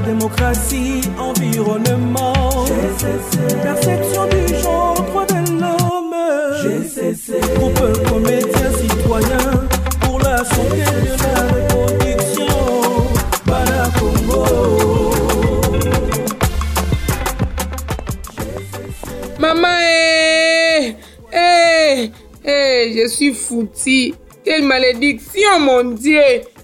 la démocratie, environnement, perception du genre, droit de l'homme, groupe comédien citoyen pour la santé de la reproduction, Bala Congo. Maman, je suis foutie. Quelle malédiction, mon Dieu.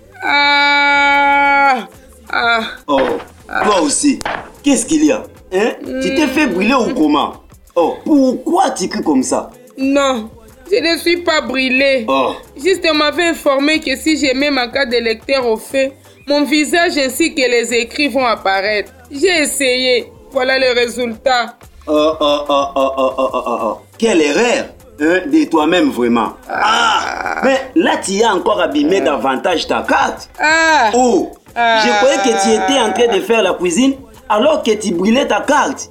Oh, toi aussi. Qu'est-ce qu'il y a? Tu t'es fait brûler ou comment? Oh, pourquoi tu cries comme ça? Non, je ne suis pas brûlée. Oh. Juste, on m'avait informé que si je mets ma carte d'électeur au feu, mon visage ainsi que les écrits vont apparaître. J'ai essayé. Voilà le résultat. Quelle erreur de toi-même vraiment. Mais là tu as encore abîmé davantage ta carte. Je croyais que tu étais en train de faire la cuisine alors que tu brûlais ta carte.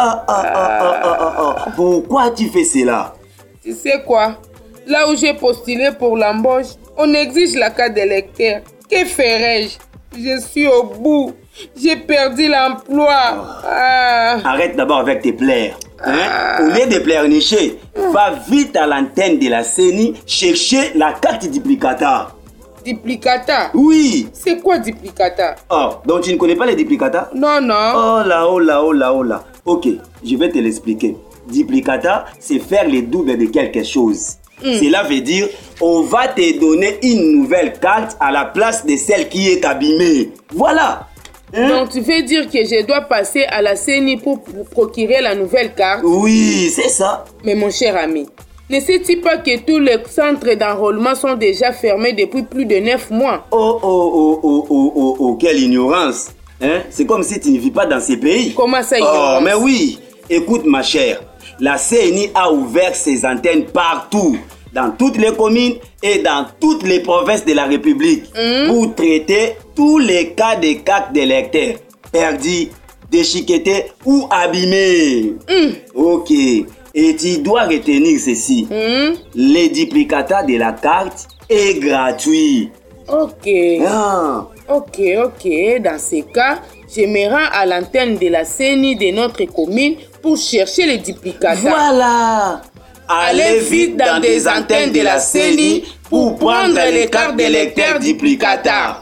Pourquoi tu fais cela? Tu sais quoi? Là où j'ai postulé pour l'embauche, on exige la carte d'électeur. Que ferais-je? Je suis au bout. J'ai perdu l'emploi. Arrête d'abord avec tes plaies. Au lieu de pleurnicher, va vite à l'antenne de la CENI chercher la carte duplicata. Duplicata? Oui. C'est quoi duplicata? Oh, donc tu ne connais pas les duplicata? Non. Oh là. Ok, je vais te l'expliquer. Duplicata, c'est faire les doubles de quelque chose. Cela veut dire, on va te donner une nouvelle carte à la place de celle qui est abîmée. Voilà. Donc tu veux dire que je dois passer à la CENI pour procurer la nouvelle carte? Oui, c'est ça. Mais mon cher ami, ne sais-tu pas que tous les centres d'enrôlement sont déjà fermés depuis plus de 9 mois? Oh, quelle ignorance. C'est comme si tu ne vis pas dans ces pays. Comment ça, ignorance? Oh, mais oui. Écoute ma chère, la CENI a ouvert ses antennes partout, dans toutes les communes et dans toutes les provinces de la République, pour traiter tous les cas de cartes d'électeurs, perdus, déchiquetés ou abîmés. Ok, et tu dois retenir ceci. Le duplicata de la carte est gratuit. Ok. Ok. Dans ces cas, je me rends à l'antenne de la CENI de notre commune pour chercher les duplicata. Voilà. Allez vite dans des antennes de la CENI pour prendre les cartes d'électeurs duplicata.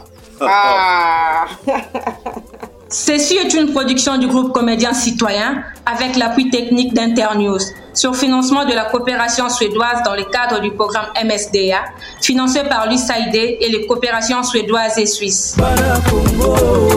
Ceci est une production du groupe Comédien Citoyen avec l'appui technique d'Internews sur financement de la coopération suédoise dans le cadre du programme MSDA, financé par l'USAID et les coopérations suédoises et suisses.